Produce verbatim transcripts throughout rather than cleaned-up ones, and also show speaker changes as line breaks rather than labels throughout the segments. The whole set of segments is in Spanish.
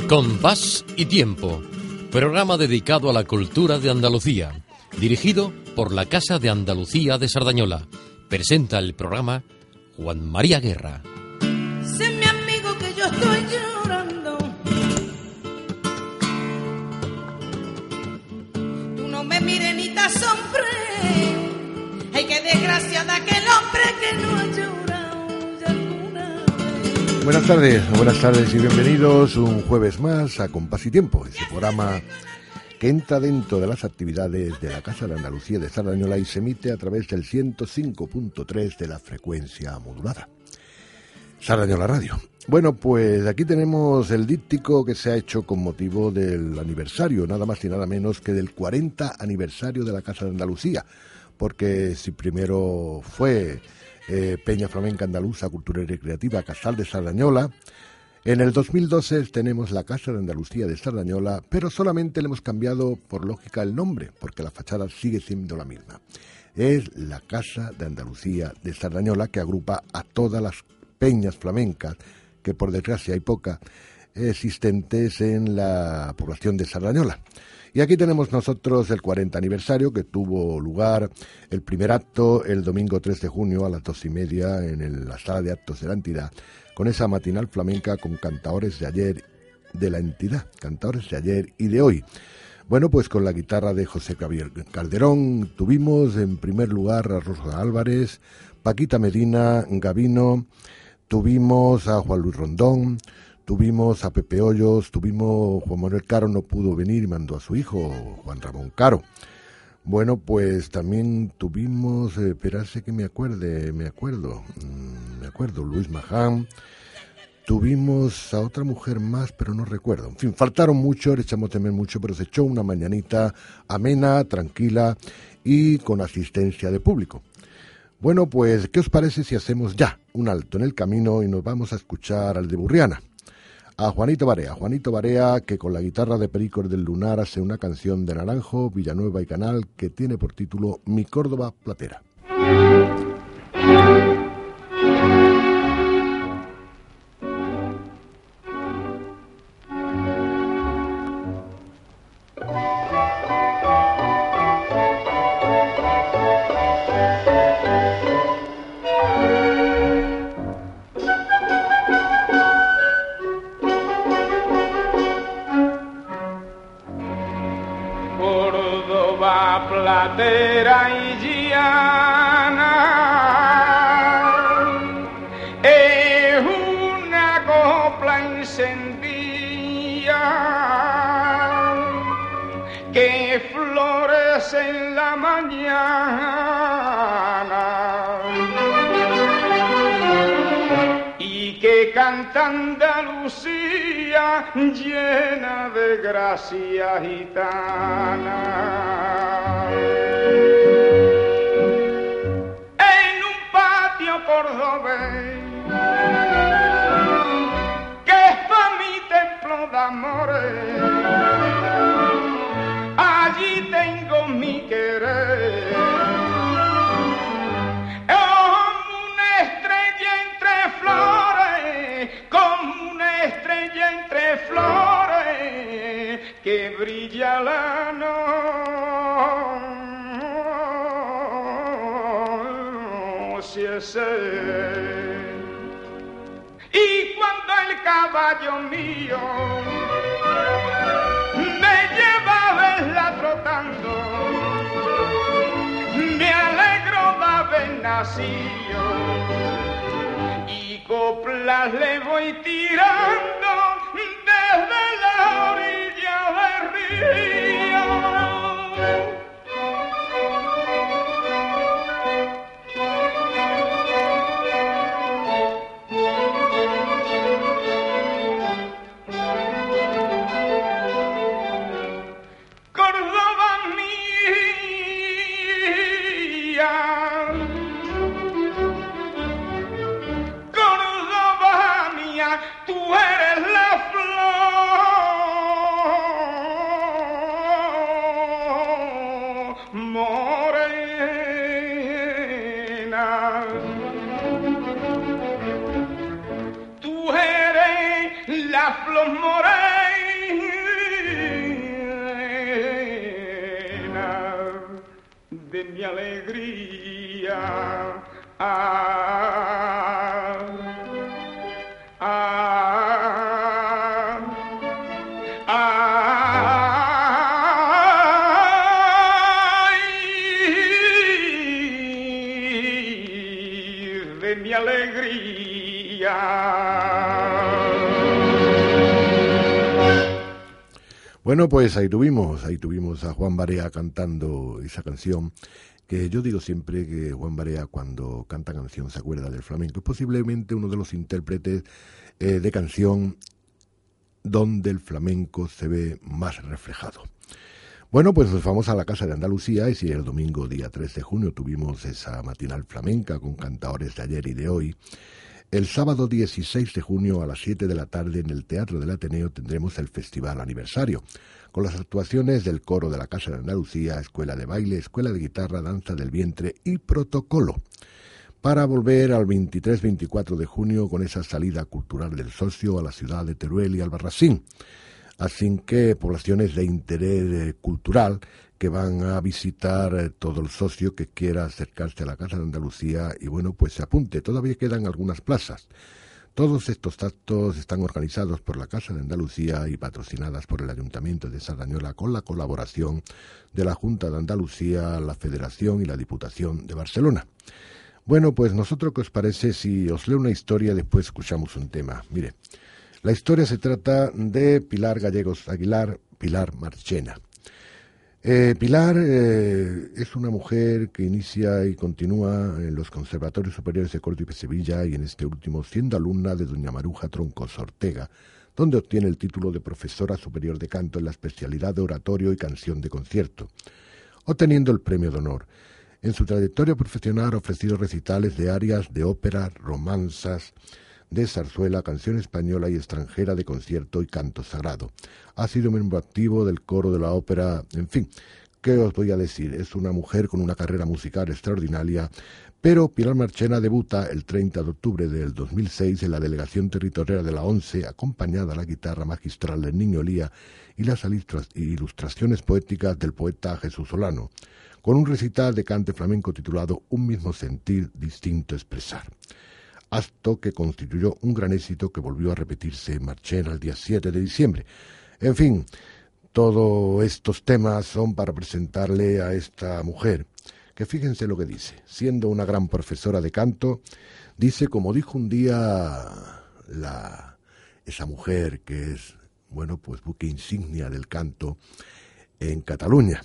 Compás y Tiempo, programa dedicado a la cultura de Andalucía, dirigido por la Casa de Andalucía de Sardañola. Presenta el programa Juan María Guerra.
Sé mi amigo que yo estoy llorando. Tú no me mires ni te asombres. Ay, qué desgracia de aquel hombre que no ha llorado ya alguna vez.
Buenas tardes, buenas tardes y bienvenidos un jueves más a Compás y Tiempo, ese programa que entra dentro de las actividades de la Casa de Andalucía de Sardañola y se emite a través del ciento cinco punto tres de la frecuencia modulada. Sardañola Radio. Bueno, pues aquí tenemos el díptico que se ha hecho con motivo del aniversario, nada más y nada menos que del cuarenta aniversario de la Casa de Andalucía, porque si primero fue eh, Peña Flamenca Andaluza, Cultura y Recreativa, Casal de Sardañola, en el dos mil doce tenemos la Casa de Andalucía de Sardañola, pero solamente le hemos cambiado por lógica el nombre, porque la fachada sigue siendo la misma. Es la Casa de Andalucía de Sardañola, que agrupa a todas las peñas flamencas, que por desgracia hay pocas, existentes en la población de Sardañola. Y aquí tenemos nosotros el cuarenta aniversario, que tuvo lugar el primer acto el domingo tres de junio a las dos y media en el, la sala de actos de la entidad, con esa matinal flamenca con cantaores de ayer de la entidad, cantaores de ayer y de hoy. Bueno, pues con la guitarra de José Javier Calderón tuvimos en primer lugar a Rosa Álvarez, Paquita Medina, Gabino, tuvimos a Juan Luis Rondón, tuvimos a Pepe Hoyos, tuvimos Juan Manuel Caro, no pudo venir y mandó a su hijo, Juan Ramón Caro. Bueno, pues también tuvimos, eh, esperarse que me acuerde, me acuerdo, mmm, me acuerdo, Luis Maján, tuvimos a otra mujer más, pero no recuerdo. En fin, faltaron mucho, le echamos también mucho, pero se echó una mañanita amena, tranquila y con asistencia de público. Bueno, pues, ¿qué os parece si hacemos ya un alto en el camino y nos vamos a escuchar al de Burriana? A Juanito Barea, Juanito Barea, que con la guitarra de Pericos del Lunar hace una canción de Naranjo, Villanueva y Canal, que tiene por título Mi Córdoba Platera.
Platera y llana es una copla encendida que florece en la mañana y que canta Andalucía llena de gracia gitana. En un patio cordobés que es pa' mi templo de amores, allí tengo mi querer, como una estrella entre flores, como una estrella entre flores que brilla la noche. Y cuando el caballo mío me lleva a verla trotando, me alegro de haber nacido y coplas le voy tirando desde la orilla del río. la flor morena mi alegría. Ah, ah, ay, de mi alegría.
Bueno, pues ahí tuvimos, ahí tuvimos a Juan Barea cantando esa canción, que yo digo siempre que Juan Barea cuando canta canción se acuerda del flamenco. Es posiblemente uno de los intérpretes eh, de canción donde el flamenco se ve más reflejado. Bueno, pues nos vamos a la Casa de Andalucía y si el domingo día tres de junio tuvimos esa matinal flamenca con cantadores de ayer y de hoy, el sábado dieciséis de junio a las siete de la tarde en el Teatro del Ateneo tendremos el Festival Aniversario, con las actuaciones del coro de la Casa de Andalucía, Escuela de Baile, Escuela de Guitarra, Danza del Vientre y Protocolo, para volver al veintitrés veinticuatro de junio con esa salida cultural del socio a la ciudad de Teruel y Albarracín. Así que poblaciones de interés cultural que van a visitar eh, todo el socio que quiera acercarse a la Casa de Andalucía y bueno, pues se apunte, todavía quedan algunas plazas. Todos estos actos están organizados por la Casa de Andalucía y patrocinadas por el Ayuntamiento de Sardañola con la colaboración de la Junta de Andalucía, la Federación y la Diputación de Barcelona. Bueno, pues nosotros, ¿qué os parece si os leo una historia y después escuchamos un tema? Mire, la historia se trata de Pilar Gallegos Aguilar, Pilar Marchena. Eh, Pilar eh, es una mujer que inicia y continúa en los conservatorios superiores de Córdoba y Sevilla y en este último siendo alumna de doña Maruja Troncos Ortega, donde obtiene el título de profesora superior de canto en la especialidad de oratorio y canción de concierto, obteniendo el premio de honor. En su trayectoria profesional ha ofrecido recitales de arias de ópera, romanzas, de zarzuela, canción española y extranjera de concierto y canto sagrado. Ha sido miembro activo del coro de la ópera, en fin, ¿qué os voy a decir? Es una mujer con una carrera musical extraordinaria, pero Pilar Marchena debuta el treinta de octubre del dos mil seis en la delegación territorial de la ONCE, acompañada a la guitarra magistral del Niño Lía y las ilustraciones poéticas del poeta Jesús Solano, con un recital de cante flamenco titulado Un mismo sentir, distinto expresar. Acto que constituyó un gran éxito que volvió a repetirse en Marchena el día siete de diciembre. En fin, todos estos temas son para presentarle a esta mujer, que fíjense lo que dice. Siendo una gran profesora de canto, dice, como dijo un día la, esa mujer que es, bueno, pues buque insignia del canto en Cataluña,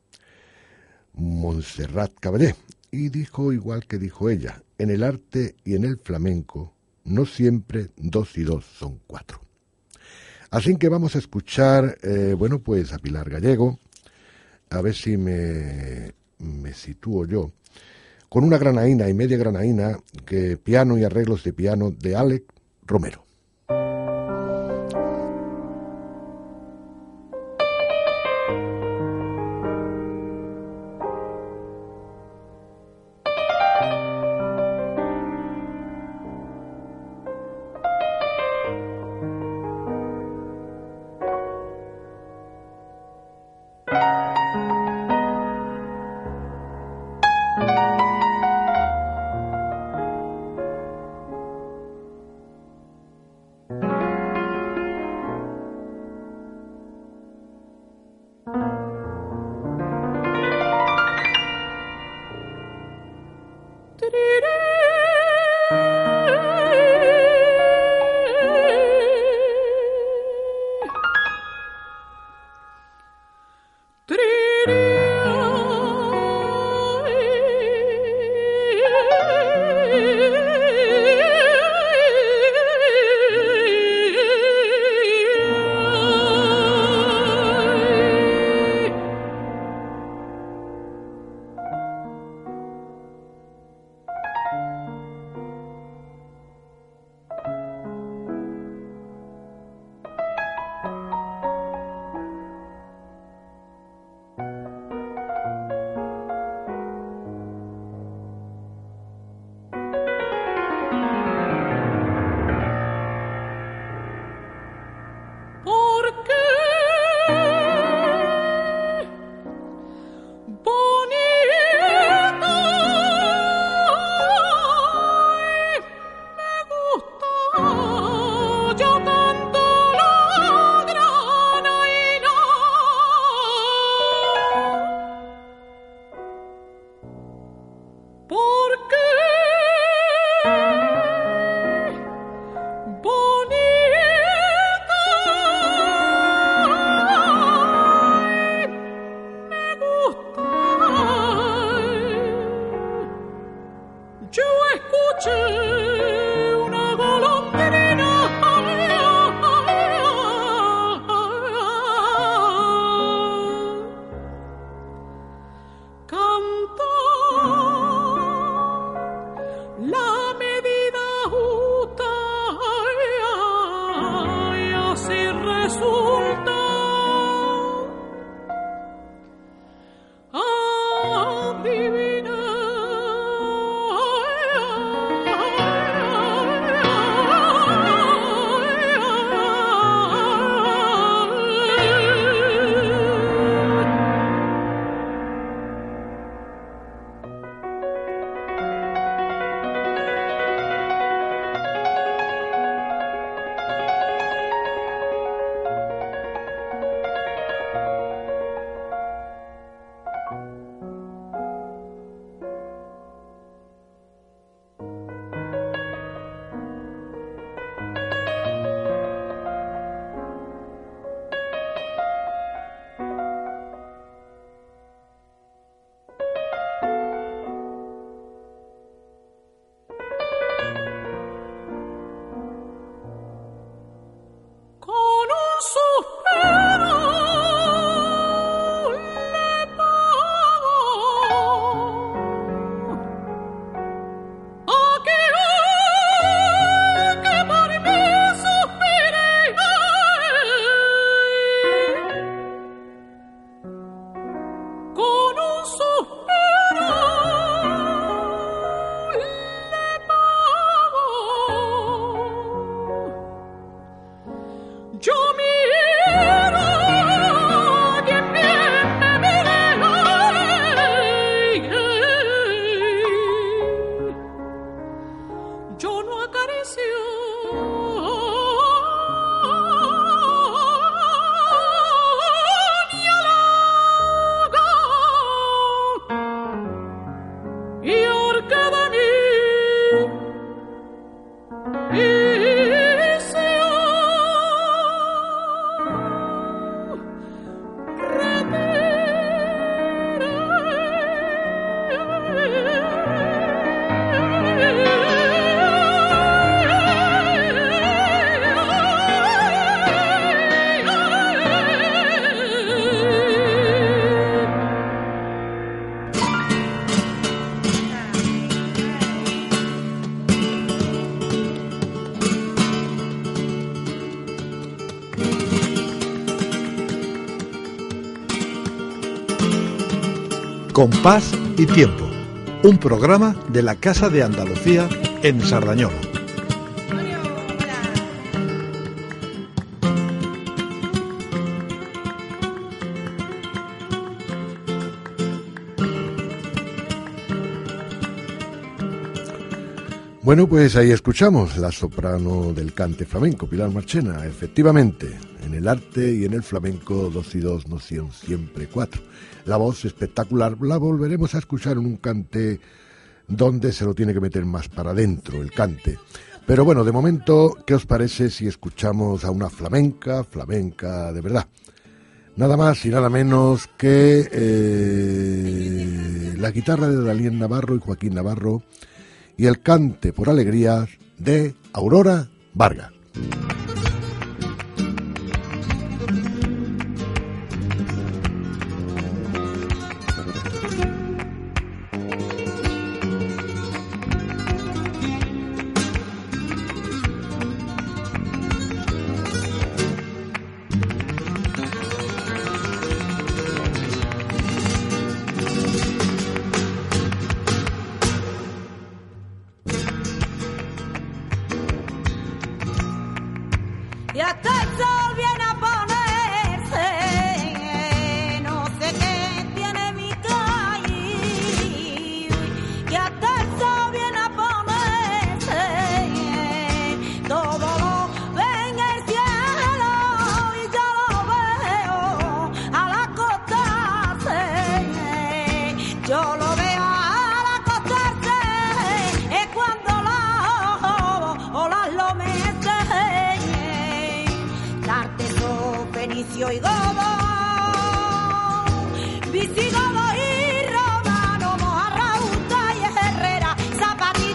Montserrat Caballé, y dijo igual que dijo ella, en el arte y en el flamenco no siempre dos y dos son cuatro. Así que vamos a escuchar, eh, bueno, pues a Pilar Gallego, a ver si me, me sitúo yo, con una granaína y media granaína, que piano y arreglos de piano de Alex Romero.
yo escuché una golondrina la medida justa, y así resulta adivina.
Compás y Tiempo, un programa de la Casa de Andalucía en Sardañola.
Bueno, pues ahí escuchamos la soprano del cante flamenco, Pilar Marchena. Efectivamente, en el arte y en el flamenco dos y dos no son siempre cuatro. La voz espectacular la volveremos a escuchar en un cante donde se lo tiene que meter más para adentro, el cante. Pero bueno, de momento, ¿qué os parece si escuchamos a una flamenca, flamenca de verdad? Nada más y nada menos que eh, la guitarra de Daniel Navarro y Joaquín Navarro y el cante por alegrías de Aurora Vargas.
Y hasta el sol viene a ponerse, no sé qué tiene mi calle. Y hasta el sol viene a ponerse, todo lo ve en el cielo y yo lo veo al acostarse. Yo lo veo al acostarse, es cuando las olas lo mecen. Fenicio y godo, visigodo y romano, mojarrauta y herrera, zapatito.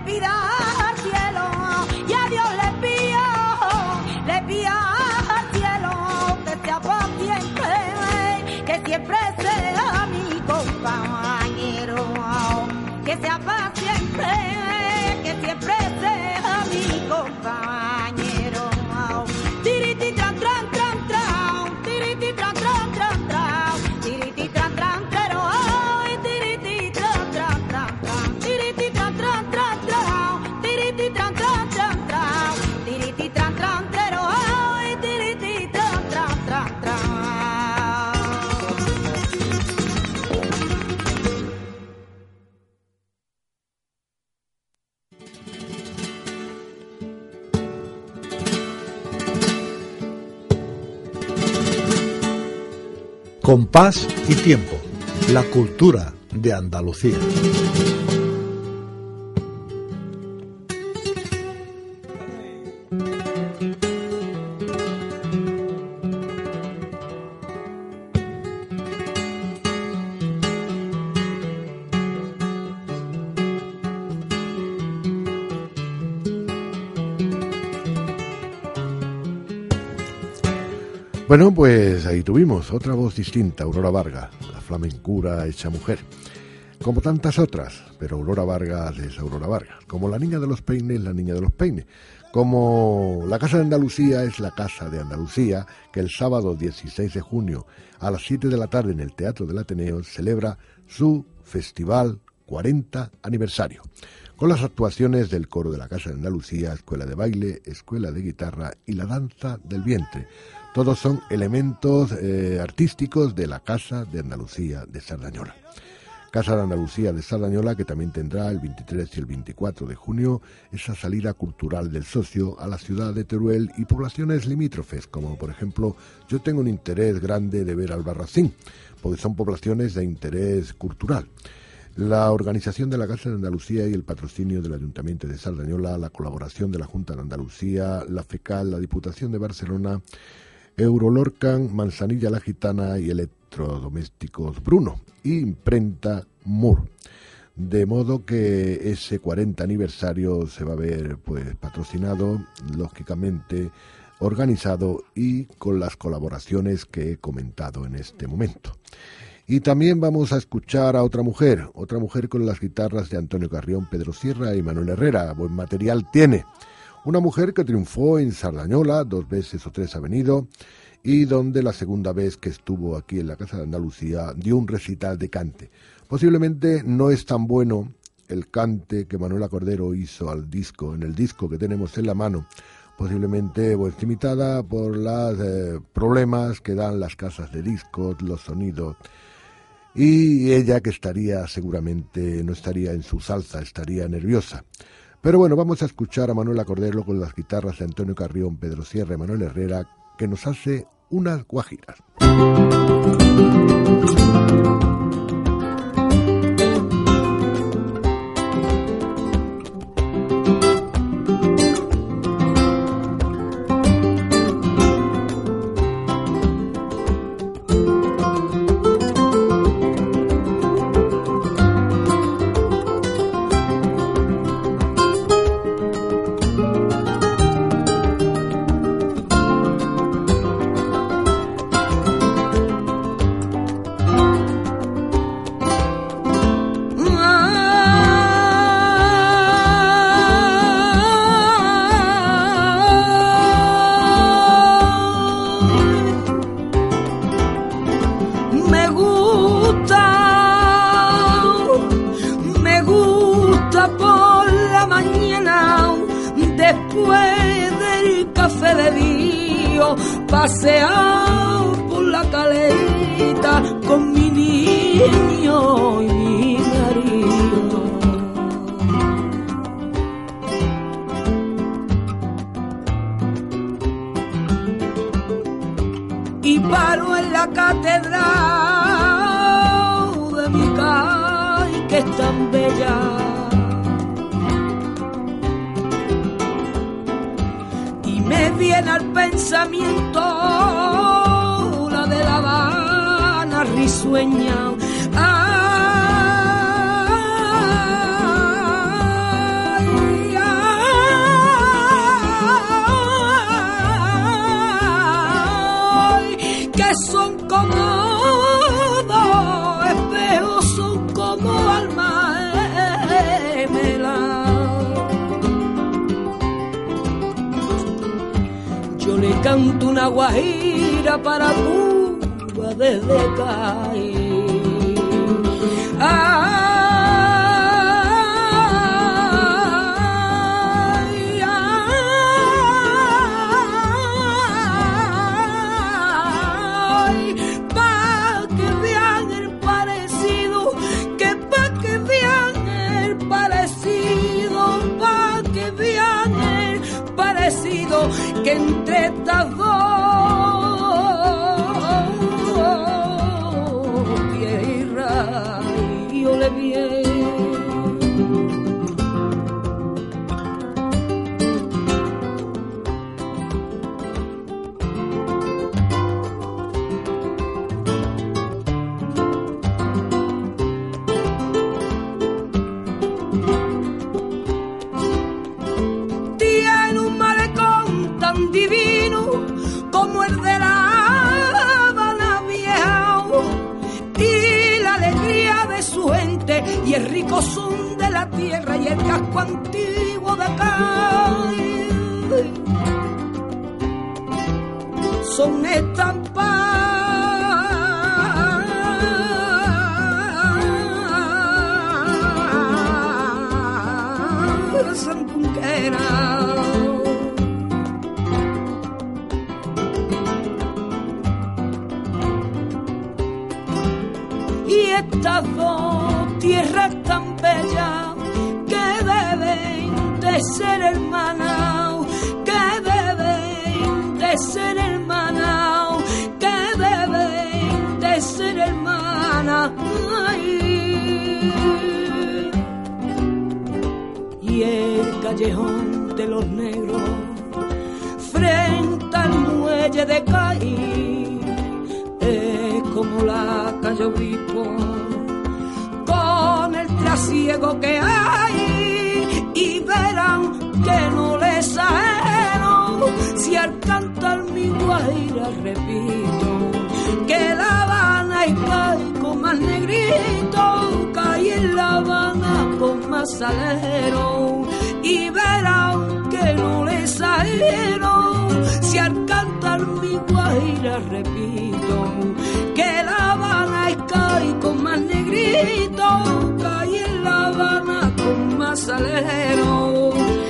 pida al cielo y a Dios le pido, le pido al cielo que sea paciente, que siempre sea mi compañero, que sea paciente, que siempre sea mi compañero. Tiriti tran tran tran tran, tiriti tran tran tran tran, tiriti tran tran tran, ay, tiriti tran tran tran tran, tiriti tran tran tran tran, tiriti tran tran tran tran, tiriti tran tran tran, ay, tiriti tran tran tran tran.
Compás y tiempo, la cultura de Andalucía.
Bueno, pues ahí tuvimos otra voz distinta, Aurora Vargas, la flamencura hecha mujer. Como tantas otras, pero Aurora Vargas es Aurora Vargas. Como la niña de los peines, la niña de los peines. Como la Casa de Andalucía es la Casa de Andalucía, que el sábado dieciséis de junio a las siete de la tarde en el Teatro del Ateneo celebra su Festival cuarenta aniversario, con las actuaciones del Coro de la Casa de Andalucía, Escuela de Baile, Escuela de Guitarra y la Danza del Vientre. Todos son elementos eh, artísticos de la Casa de Andalucía de Sardañola. Casa de Andalucía de Sardañola, que también tendrá el veintitrés y el veinticuatro de junio esa salida cultural del socio a la ciudad de Teruel y poblaciones limítrofes, como por ejemplo, yo tengo un interés grande de ver Albarracín, porque son poblaciones de interés cultural. La organización de la Casa de Andalucía y el patrocinio del Ayuntamiento de Sardañola, la colaboración de la Junta de Andalucía, la FECAL, la Diputación de Barcelona, Eurolorcan, Manzanilla la Gitana y Electrodomésticos Bruno, y Imprenta Moore. De modo que ese cuarenta aniversario se va a ver pues patrocinado, lógicamente organizado y con las colaboraciones que he comentado en este momento. Y también vamos a escuchar a otra mujer, otra mujer con las guitarras de Antonio Carrión, Pedro Sierra y Manuel Herrera. Buen material tiene. Una mujer que triunfó en Sardañola, dos veces o tres ha venido, y donde la segunda vez que estuvo aquí en la Casa de Andalucía dio un recital de cante. Posiblemente no es tan bueno el cante que Manuela Cordero hizo al disco, en el disco que tenemos en la mano, posiblemente pues limitada por los eh, problemas que dan las casas de discos, los sonidos, y ella que estaría seguramente, no estaría en su salsa, estaría nerviosa. Pero bueno, vamos a escuchar a Manuela Cordero con las guitarras de Antonio Carrión, Pedro Sierra y Manuel Herrera, que nos hace unas guajiras.
Pasear por la caleta con mi niño y mi marido. Y paro en la catedral de mi calle que es tan bella. Me viene al pensamiento la de La Habana risueña. Ay, canto una guajira para Cuba desde Cádiz. Ay, ay, pa' que vean el parecido, que pa' que vean el parecido, pa' que vean el parecido que entre estas dos tierras yo le vi. Tiene un malecón tan divino como el de la Habana Vieja, y la alegría de su gente y el rico son de la tierra y el casco antiguo de acá son estampadas santunqueras. Y estas dos tierras tan bellas que deben de ser hermanas, que deben de ser hermanas, que deben de ser hermanas. Ay. Y el callejón de los negros frente al muelle de Cádiz es como la calle Obispo con el trasiego que hay, y verán que no les ajeno si al cantar mi guaira repito que La Habana y cae con más negrito, cae en La Habana con más salero, y verán que no les ajeno si al cantar mi guaira repito que La Habana es cae con más negrito, cae en La Habana con más salero.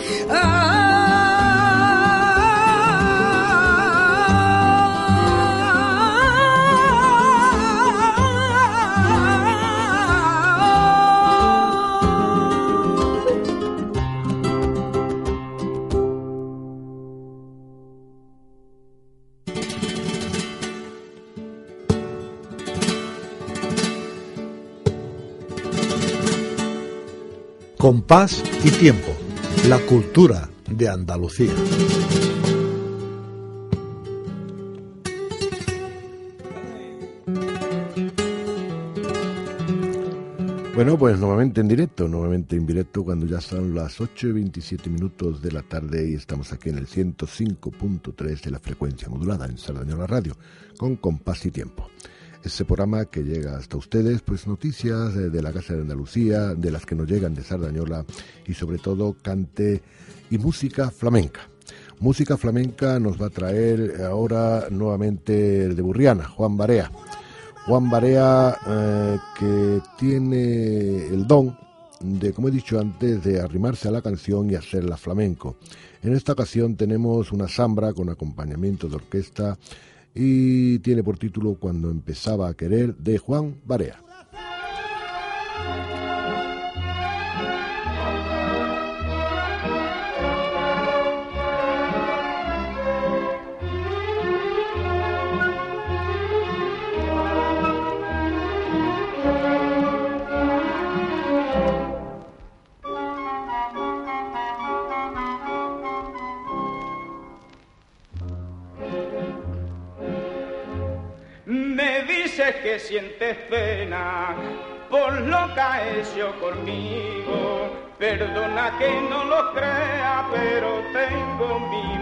Compás y tiempo, la cultura de Andalucía.
Bueno, pues nuevamente en directo, nuevamente en directo cuando ya son las ocho y veintisiete minutos de la tarde y estamos aquí en el ciento cinco punto tres de la frecuencia modulada en Sardañola Radio con Compás y Tiempo. Ese programa que llega hasta ustedes, pues noticias de, de la Casa de Andalucía, de las que nos llegan de Sardañola y sobre todo cante y música flamenca. Música flamenca nos va a traer ahora nuevamente de Burriana, Juan Barea. Juan Barea eh, que tiene el don de, como he dicho antes, de arrimarse a la canción y hacerla flamenco. En esta ocasión tenemos una zambra con acompañamiento de orquesta y tiene por título Cuando empezaba a querer, de Juan Barea.
Que sientes pena por lo que ha hecho conmigo, perdona que no lo crea, pero tengo mis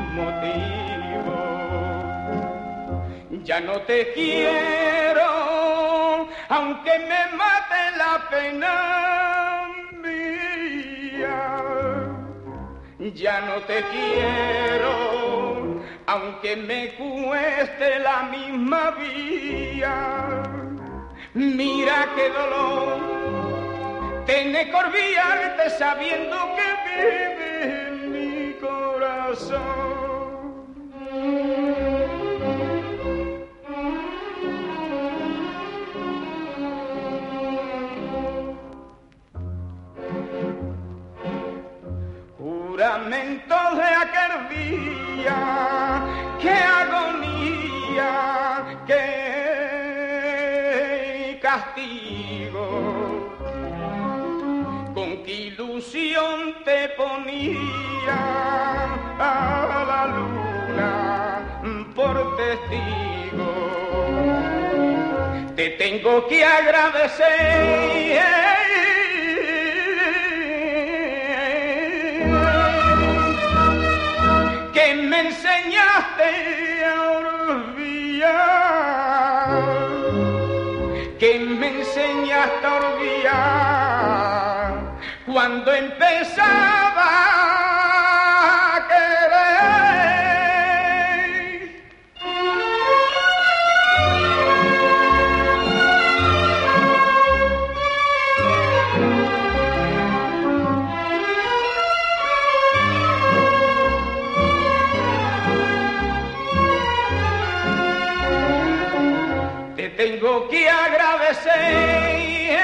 motivos. Ya no te quiero, aunque me mate la pena mía. Ya no te quiero, aunque me cueste la misma vía. Mira qué dolor tener que olvidarte sabiendo que vive en mi corazón. Juramento de aquel día, qué agonía, qué castigo, con qué ilusión te ponía a la luna por testigo. Te tengo que agradecer que me enseñaste a olvidar, que me enseñaste a olvidar cuando empezaba a querer. Te tengo que agradecer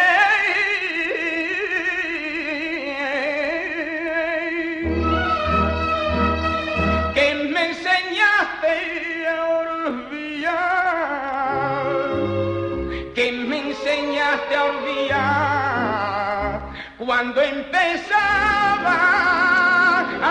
que me enseñaste a olvidar, que me enseñaste a olvidar cuando empezaba a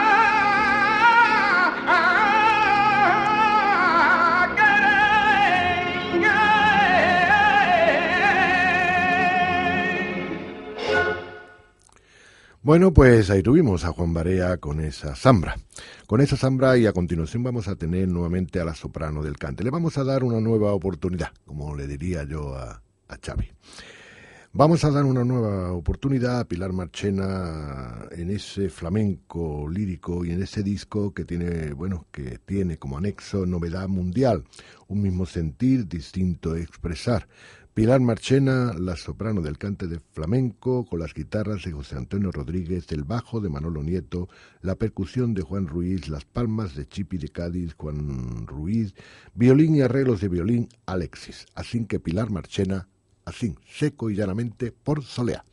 Bueno, pues ahí tuvimos a Juan Barea con esa zambra. Con esa zambra y a continuación vamos a tener nuevamente a la soprano del cante. Le vamos a dar una nueva oportunidad, como le diría yo a, a Xavi. Vamos a dar una nueva oportunidad a Pilar Marchena en ese flamenco lírico y en ese disco que tiene, bueno, que tiene como anexo Novedad Mundial, un mismo sentir, distinto expresar. Pilar Marchena, la soprano del cante de flamenco, con las guitarras de José Antonio Rodríguez, el bajo de Manolo Nieto, la percusión de Juan Ruiz, las palmas de Chipi de Cádiz, Juan Ruiz, violín y arreglos de violín, Alexis. Así que Pilar Marchena, así, seco y llanamente, por Soleá.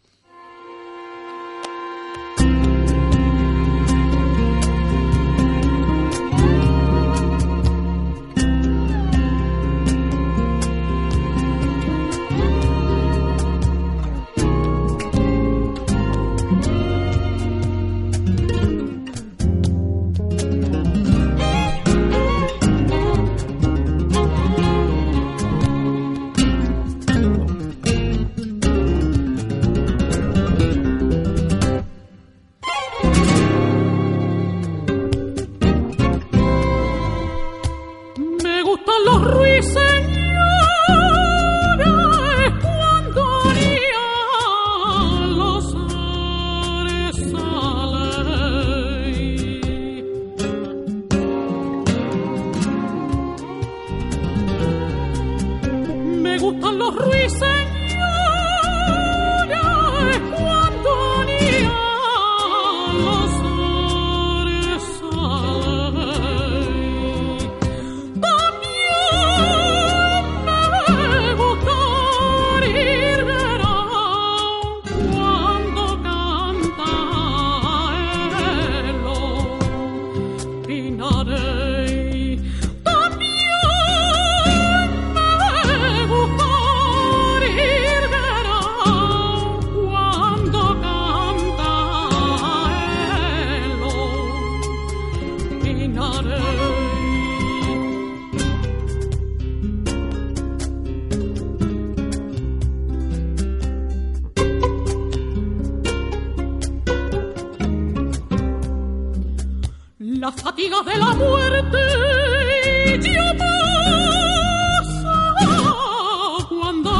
La fatiga de la muerte ya pasa cuando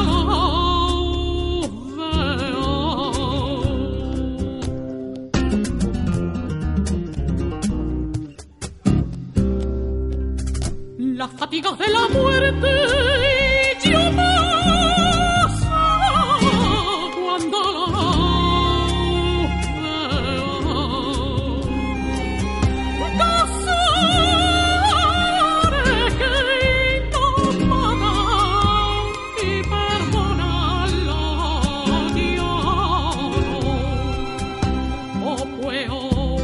lo veo.
las fatigas de la muerte yo paso cuando la veo. Casaré que no mata y perdonarla Dios. O puedo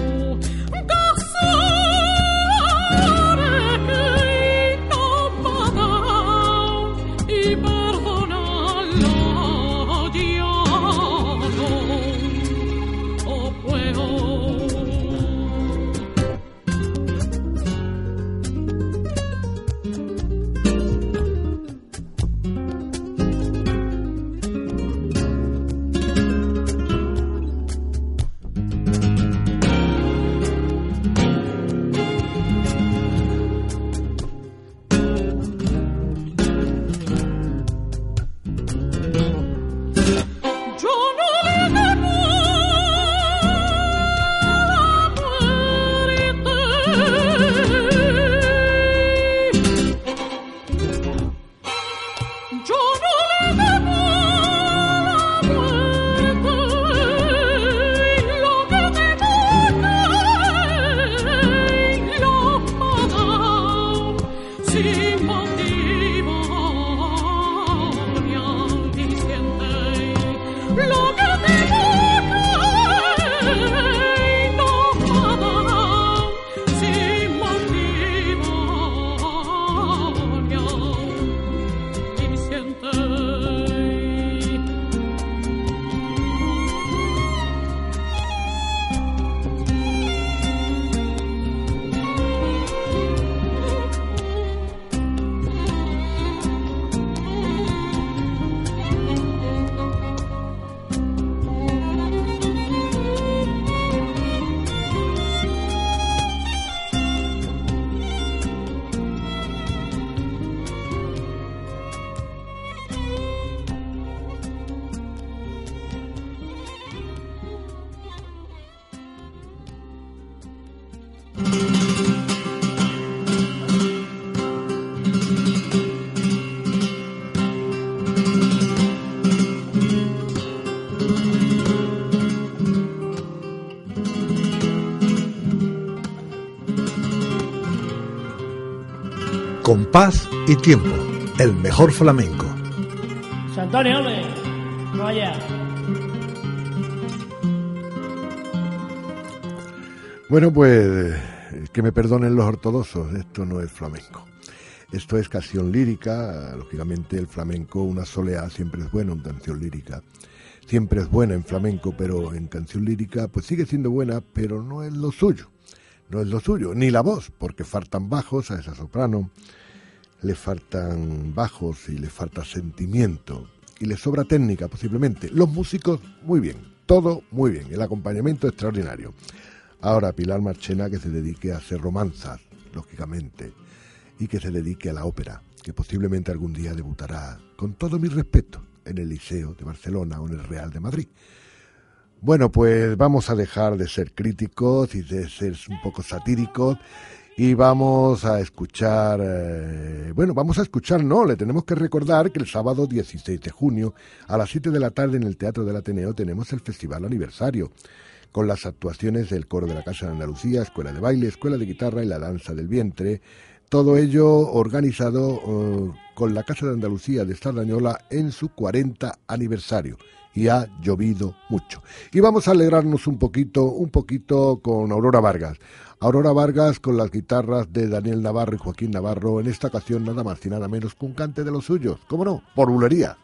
Compás y tiempo, el mejor flamenco.
Antonio, hombre, no vaya.
Bueno, pues que me perdonen los ortodoxos, esto no es flamenco. Esto es canción lírica, lógicamente el flamenco, una soleá siempre es buena en canción lírica. Siempre es buena en flamenco, pero en canción lírica pues sigue siendo buena, pero no es lo suyo. No es lo suyo, ni la voz, porque faltan bajos a esa soprano, le faltan bajos y le falta sentimiento, y le sobra técnica posiblemente. Los músicos, muy bien, todo muy bien, el acompañamiento extraordinario. Ahora Pilar Marchena, que se dedique a hacer romanzas, lógicamente, y que se dedique a la ópera, que posiblemente algún día debutará, con todo mi respeto, en el Liceo de Barcelona o en el Real de Madrid. Bueno, pues vamos a dejar de ser críticos y de ser un poco satíricos y vamos a escuchar, eh, bueno, vamos a escuchar, no, le tenemos que recordar que el sábado dieciséis de junio a las siete de la tarde en el Teatro del Ateneo tenemos el Festival Aniversario, con las actuaciones del Coro de la Casa de Andalucía, Escuela de Baile, Escuela de Guitarra y la Danza del Vientre, todo ello organizado uh, con la Casa de Andalucía de Sardañola en su cuarenta aniversario. Y ha llovido mucho. Y vamos a alegrarnos un poquito, un poquito con Aurora Vargas. Aurora Vargas con las guitarras de Daniel Navarro y Joaquín Navarro, en esta ocasión nada más y nada menos que un cante de los suyos. ¿Cómo no? Por bulería.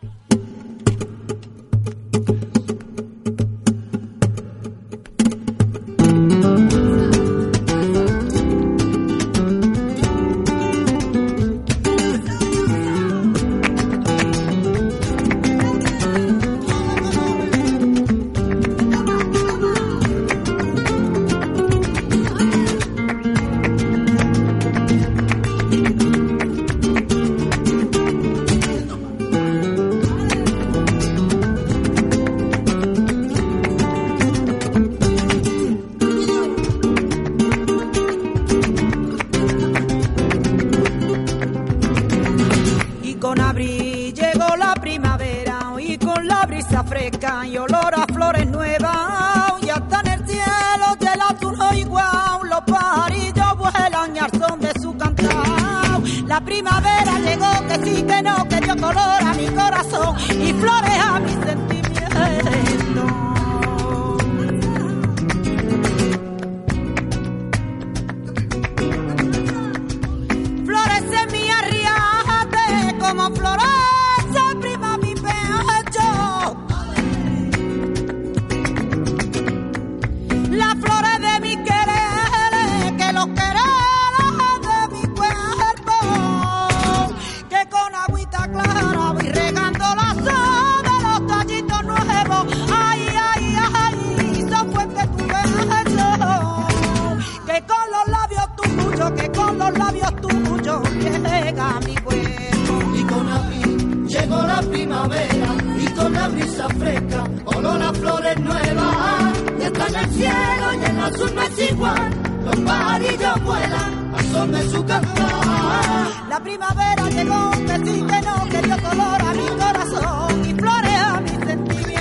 fresca y olor a flores nuevas. Y hasta en el cielo del azul no igual, los pajarillos vuelan y al son de su cantao. La primavera llegó, que sí que no, que dio color a mi corazón y flores a mi sentimiento. Florece mi arriate como florece prima mi pecho. Las flores de mi querer, que los quereres de mi cuerpo, que con agüita clara voy regando la sal de los tallitos nuevos. Ay, ay, ay, son fuentes tu beso, que con los labios tuyos, que con los labios tuyos llega mi cuerpo.
Y con abril llegó la primavera, y con la brisa fresca, olor a flores nuevas. Y está en el cielo y en el azul no es igual, los pajarillos vuelan al son de su cantar.
La primavera llegó, que sí que no, que dio color a mi corazón y flores a mi sentimiento.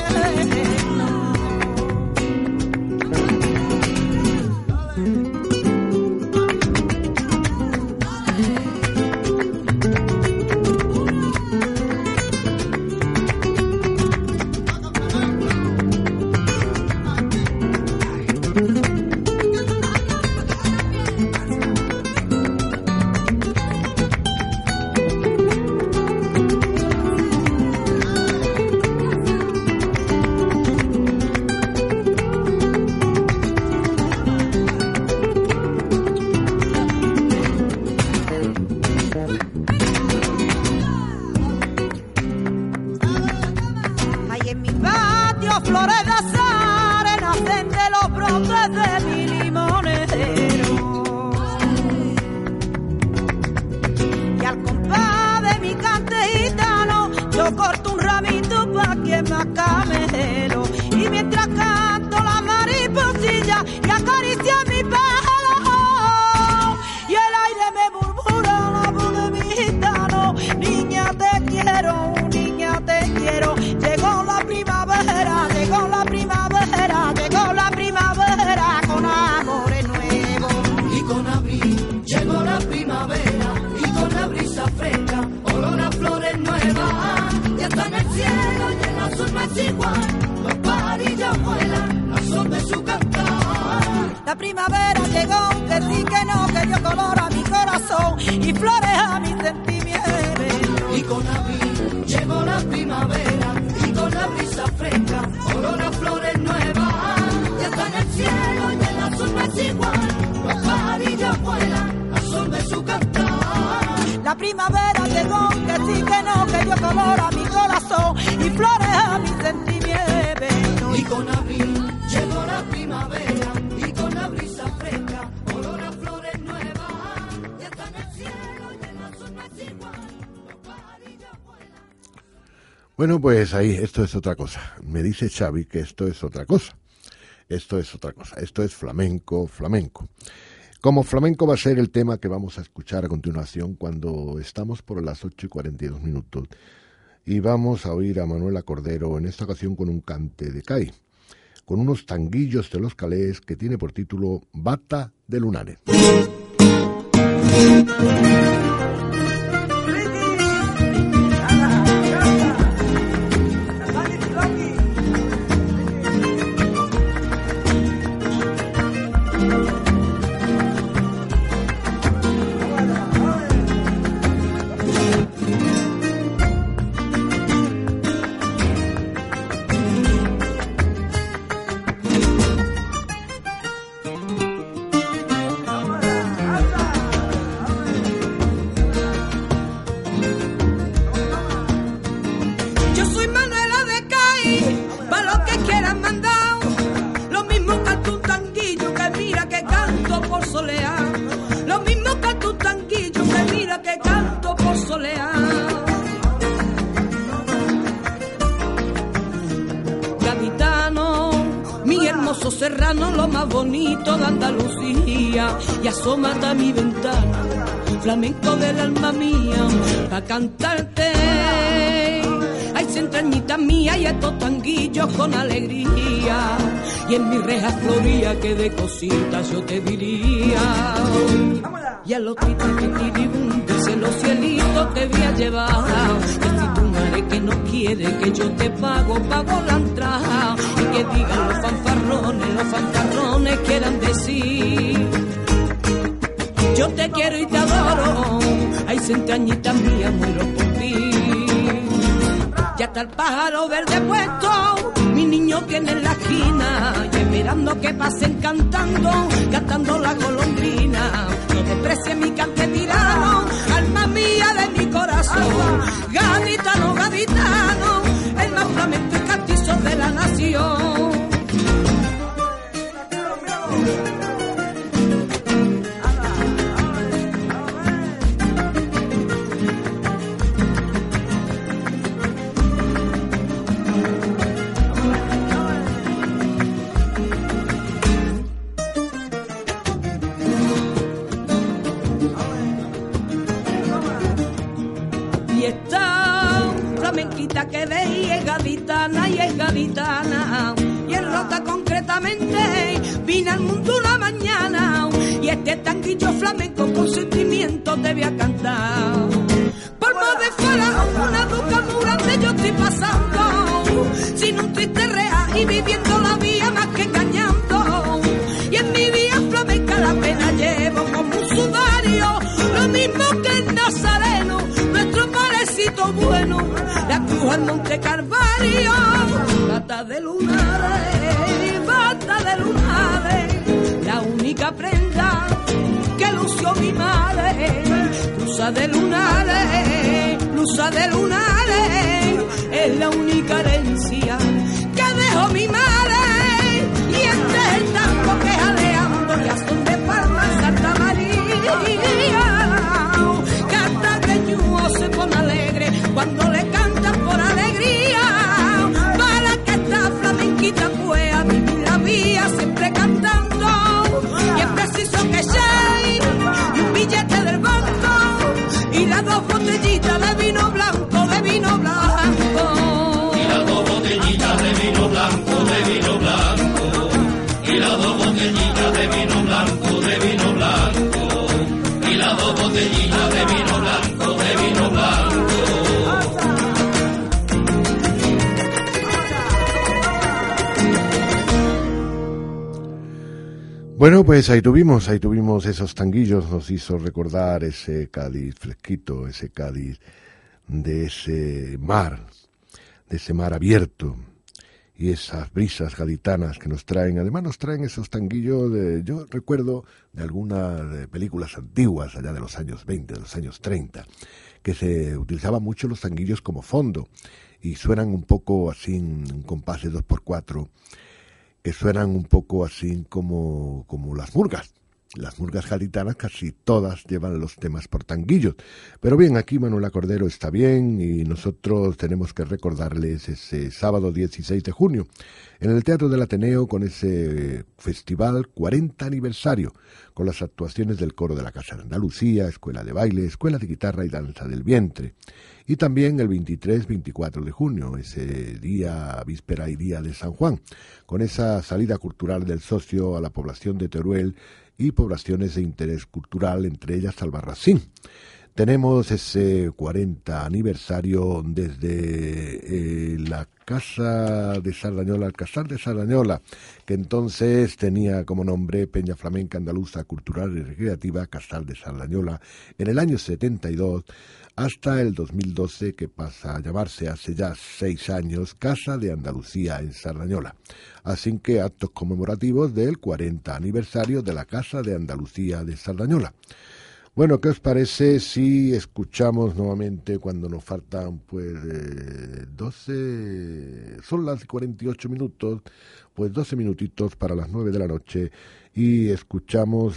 Flores de azahar nacen de los brotes de mi limonero. Y al compás de mi cante gitano, yo corto un ramito pa' que me acamelo. Y mientras canto la mariposilla y acaricia mi pelo, y el aire me murmura la voz de mi gitano. Niña te quiero, niña te quiero. Llegó la primavera, llegó la primavera, llegó la primavera con amores nuevos.
Y con abril llegó la primavera, y con la brisa fresca, olor a flores nuevas. Y hasta en el cielo y en el azul no es igual, los pajarillos vuelan al son de su cantar.
La primavera llegó, que sí que no, que dio color a mi corazón y flores a mi sentimiento.
Y con abril llegó la primavera, y con la brisa fresca, olor a flores nuevas. Y hasta en el cielo y en el azul no es igual, los pajarillos vuelan al son de su cantar.
La primavera llegó, que sí que no, que dio color a mi corazón y flores a mi sentimiento.
Y con abril llegó la primavera, y con la brisa fresca, olor a flores nuevas. Y hasta en el cielo y en el azul no es igual, los pajarillos vuelan.
Bueno, pues ahí, esto es otra cosa. Me dice Xavi que esto es otra cosa. Esto es otra cosa. Esto es flamenco, flamenco. Como flamenco va a ser el tema que vamos a escuchar a continuación cuando estamos por las ocho y cuarenta y dos minutos. Y vamos a oír a Manuela Cordero, en esta ocasión con un cante de Cai, con unos tanguillos de los calés que tiene por título Bata de Lunares.
Serrano, lo más bonito de Andalucía, y asómate a mi ventana, flamenco del alma mía, pa' cantarte. Ay, entrañita mía y estos tanguillos con alegría. Y en mi reja floría que de cositas yo te diría. Y a los titiribundes en los cielitos te voy a llevar. Que si tu madre que no quiere que yo te pago, pago la entrada. Y que digan los fanfarrones, los fanfarrones quieran decir: yo te quiero y te adoro, ay, centrañita mía, muero por ti. Ya está el pájaro verde puesto, mi niño tiene en la esquina, y esperando que pasen cantando, cantando la golondrina. No desprecie mi cante tirano, alma mía de mi corazón. Gaditano, gaditano, el más flamenco y castizo de la nación. Que veis es gaditana y es gaditana, y en Rota concretamente vine al mundo una mañana, y este tanguillo flamenco con sentimiento te voy a cantar. Por más de fuera una duca muy grande yo estoy pasando, sin un triste real y viviendo la vida más que engañando, y en mi vida flamenca la pena llevo como un sudario, lo mismo que el nazareno, nuestro parecito bueno, la cruz al Monte Calvario. Bata de lunares, bata de lunares, la única prenda que lució mi madre. Blusa de lunares, blusa de lunares, es la única herencia que dejó mi madre. Y este es el tango que jaleando ya son de Palma en Santa María. Cartagueño se pone alegre cuando le cantan por alegría, para que esta flamenquita pueda vivir la vida siempre cantando. Y es preciso que seis y un billete del banco y las dos botellitas de vino blanco, de vino blanco.
Y las dos botellitas de vino blanco, de vino blanco. Y las dos botellitas de vino blanco, de vino blanco. Y las dos botellitas de vino blanco, de vino blanco.
Bueno, pues ahí tuvimos, ahí tuvimos esos tanguillos, nos hizo recordar ese Cádiz fresquito, ese Cádiz de ese mar, de ese mar abierto, y esas brisas gaditanas que nos traen, además nos traen esos tanguillos, de, yo recuerdo de algunas de películas antiguas, allá de los años veinte, de los años treinta, que se utilizaban mucho los tanguillos como fondo, y suenan un poco así en compases dos por cuatro, que suenan un poco así como, como las murgas. Las murgas gaditanas casi todas llevan los temas por tanguillos. Pero bien, aquí Manuela Cordero está bien y nosotros tenemos que recordarles ese sábado dieciséis de junio en el Teatro del Ateneo con ese festival cuarenta aniversario, con las actuaciones del Coro de la Casa de Andalucía, Escuela de Baile, Escuela de Guitarra y Danza del Vientre. Y también el veintitrés veinticuatro de junio, ese día, víspera y día de San Juan, con esa salida cultural del socio a la población de Teruel y poblaciones de interés cultural, entre ellas Albarracín. Tenemos ese cuarenta aniversario desde eh, la Casa de Sardañola, el Casal de Sardañola, que entonces tenía como nombre Peña Flamenca Andaluza Cultural y Recreativa Casal de Sardañola, en el año setenta y dos, hasta el dos mil doce, que pasa a llamarse hace ya seis años Casa de Andalucía en Sardañola. Así que actos conmemorativos del cuarenta aniversario de la Casa de Andalucía de Sardañola. Bueno, ¿qué os parece si escuchamos nuevamente cuando nos faltan pues eh, doce, son las cuarenta y ocho minutos, pues doce minutitos para las nueve de la noche y escuchamos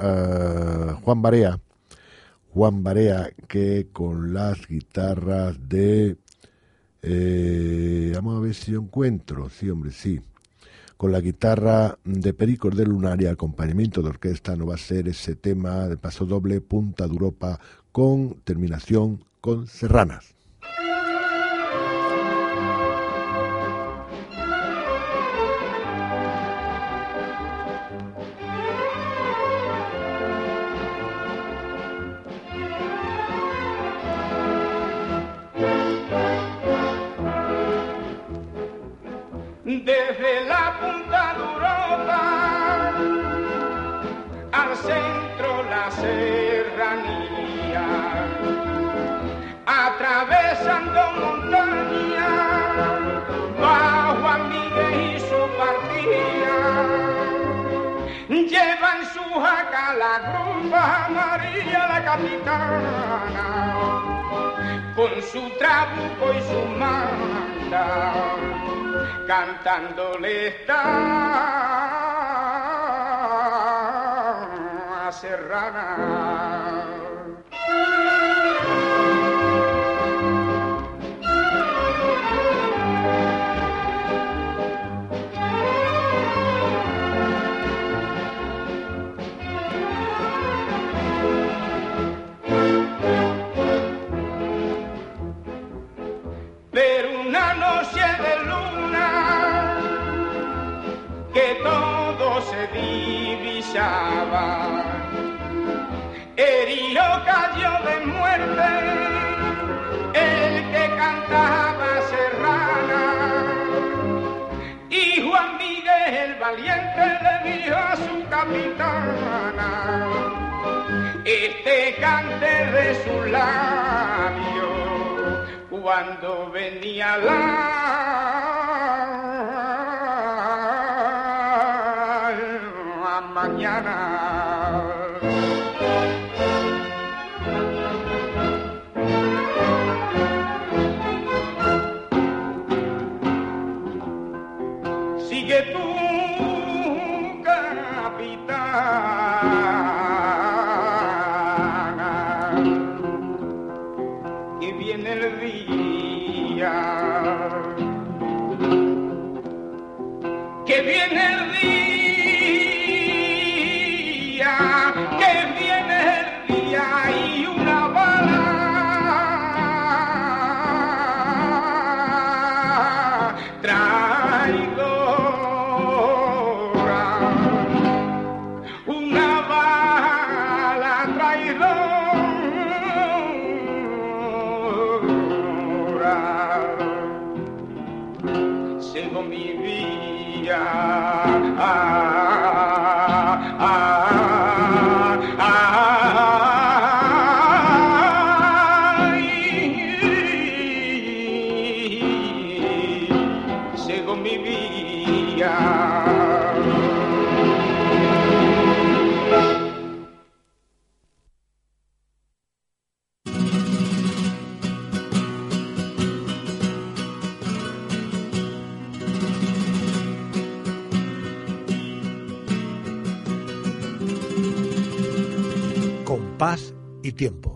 a, a Juan Barea, Juan Barea que con las guitarras de, eh, vamos a ver si yo encuentro, sí hombre, sí. Con la guitarra de Pericos de Lunar y acompañamiento de orquesta no va a ser ese tema de paso doble Punta de Europa con terminación con serranas.
centro la serranía, atravesando montañas, va Juan Miguel y su partida, lleva en su jaca la grupa María la capitana, con su trabuco y su manta, cantándole está serrana. Pero una noche de luna que todo se divisaba, herido cayó de muerte el que cantaba serrana, y Juan Miguel el valiente le dijo a su capitana: este cante de sus labios cuando venía la, la mañana. Sigue tú, capitana, que viene el día, que viene el día, que viene el día y una bala traidora, una bala traidora, sigo mi vida. Ah, ah, ah, ay, sigo mi vida.
Compás y tiempo.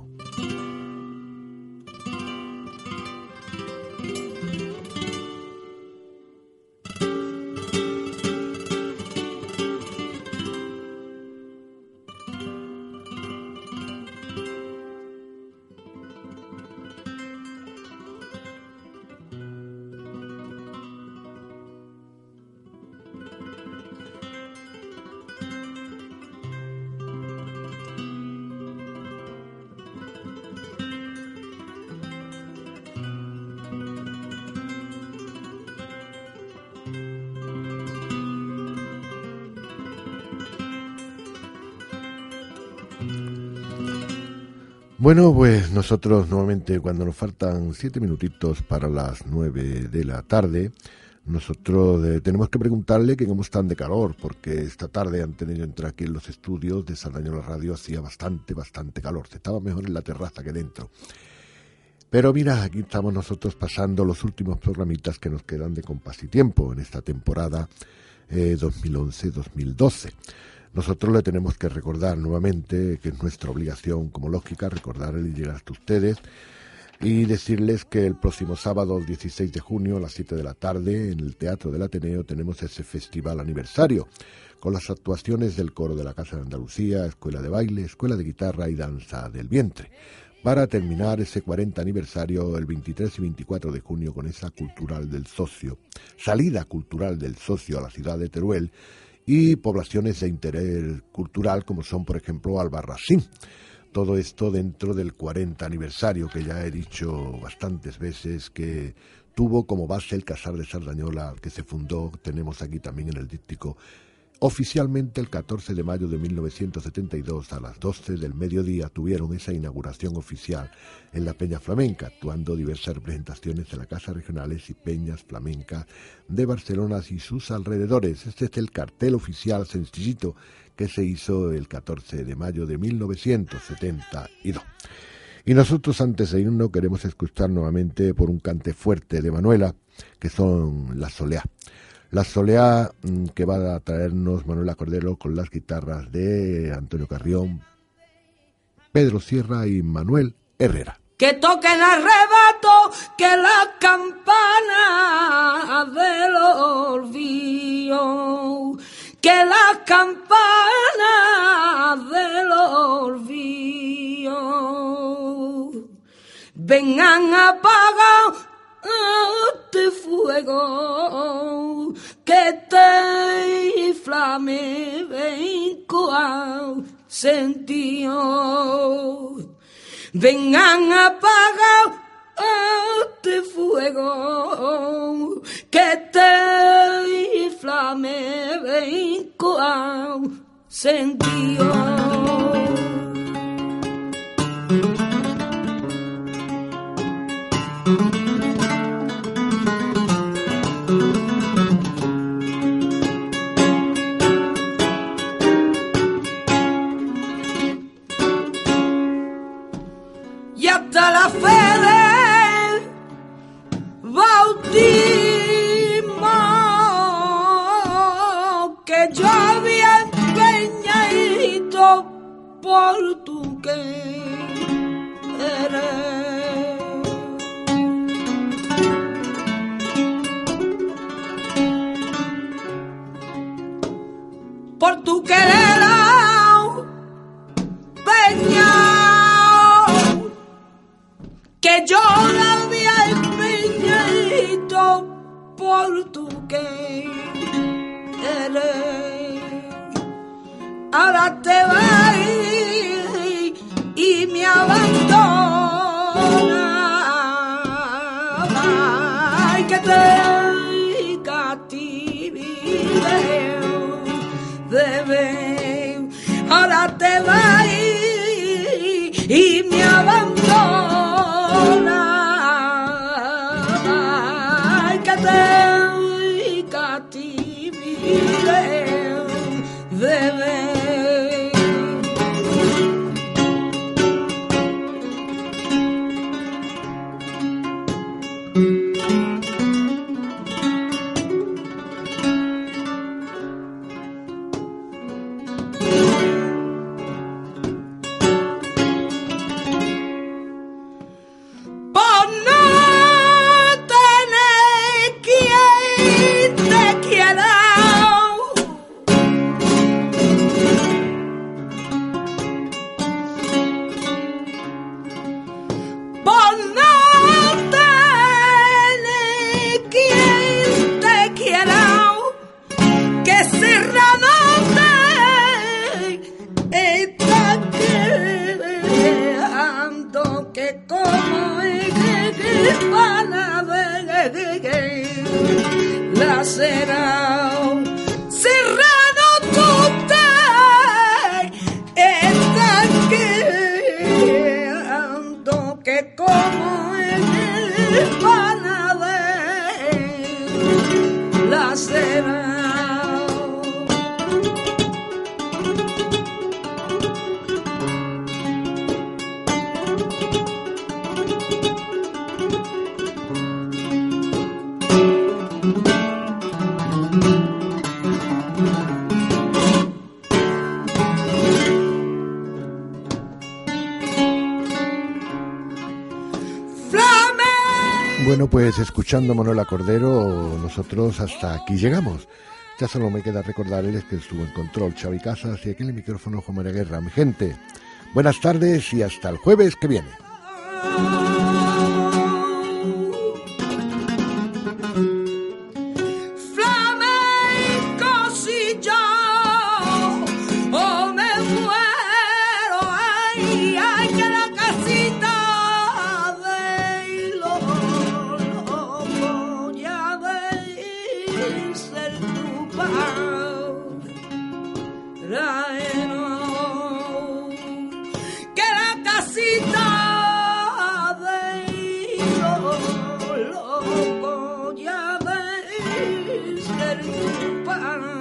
Bueno, pues nosotros nuevamente cuando nos faltan siete minutitos para las nueve de la tarde, nosotros eh, tenemos que preguntarle que cómo están de calor, porque esta tarde antes de yo entrar aquí en los estudios de Sardañola Radio hacía bastante, bastante calor. Se estaba mejor en la terraza que dentro. Pero mira, aquí estamos nosotros pasando los últimos programitas que nos quedan de Compás y Tiempo en esta temporada eh, dos mil once dos mil doce. Nosotros le tenemos que recordar nuevamente que es nuestra obligación, como lógica, recordarles y llegar hasta ustedes y decirles que el próximo sábado dieciséis de junio a las siete de la tarde en el Teatro del Ateneo tenemos ese festival aniversario con las actuaciones del Coro de la Casa de Andalucía, Escuela de Baile, Escuela de Guitarra y Danza del Vientre, para terminar ese cuarenta aniversario el veintitrés y veinticuatro de junio con esa cultural del socio, salida cultural del socio a la ciudad de Teruel, y poblaciones de interés cultural como son, por ejemplo, Albarracín. Todo esto dentro del cuarenta aniversario, que ya he dicho bastantes veces que tuvo como base el Casar de Sardañola, que se fundó, tenemos aquí también en el díptico, Oficialmente el catorce de mayo de mil novecientos setenta y dos a las doce del mediodía tuvieron esa inauguración oficial en la Peña Flamenca, actuando diversas representaciones de las casas regionales y peñas flamencas de Barcelona y sus alrededores. Este es el cartel oficial sencillito que se hizo el catorce de mayo de mil novecientos setenta y dos. Y nosotros, antes de irnos, queremos escuchar nuevamente por un cante fuerte de Manuela, que son Las Soleá. La Soleá, que va a traernos Manuela Cordero con las guitarras de Antonio Carrión, Pedro Sierra y Manuel Herrera.
Que toque el arrebato, que la campana del olvido, que la campana del olvido vengan a apagar este fuego que te inflame vengo a sentir. Vengan a apagar este fuego que te inflame vengo a sentir. Y hasta la fe de bautismo que yo había empeñado por tu querer. Por tu querer, peñao, que yo la había empeñado por tu querer. Ahora te vas y me abandona. Ay, que te cautivé. Debe, ahora te vas y me abandona. Ay, que te cautivé. Debe.
Bueno, pues escuchando a Manuela Cordero, nosotros hasta aquí llegamos. Ya solo me queda recordarles que estuvo en control Xavi Casas y aquí en el micrófono Juan María Guerra. Mi gente, buenas tardes y hasta el jueves que viene.
del pan.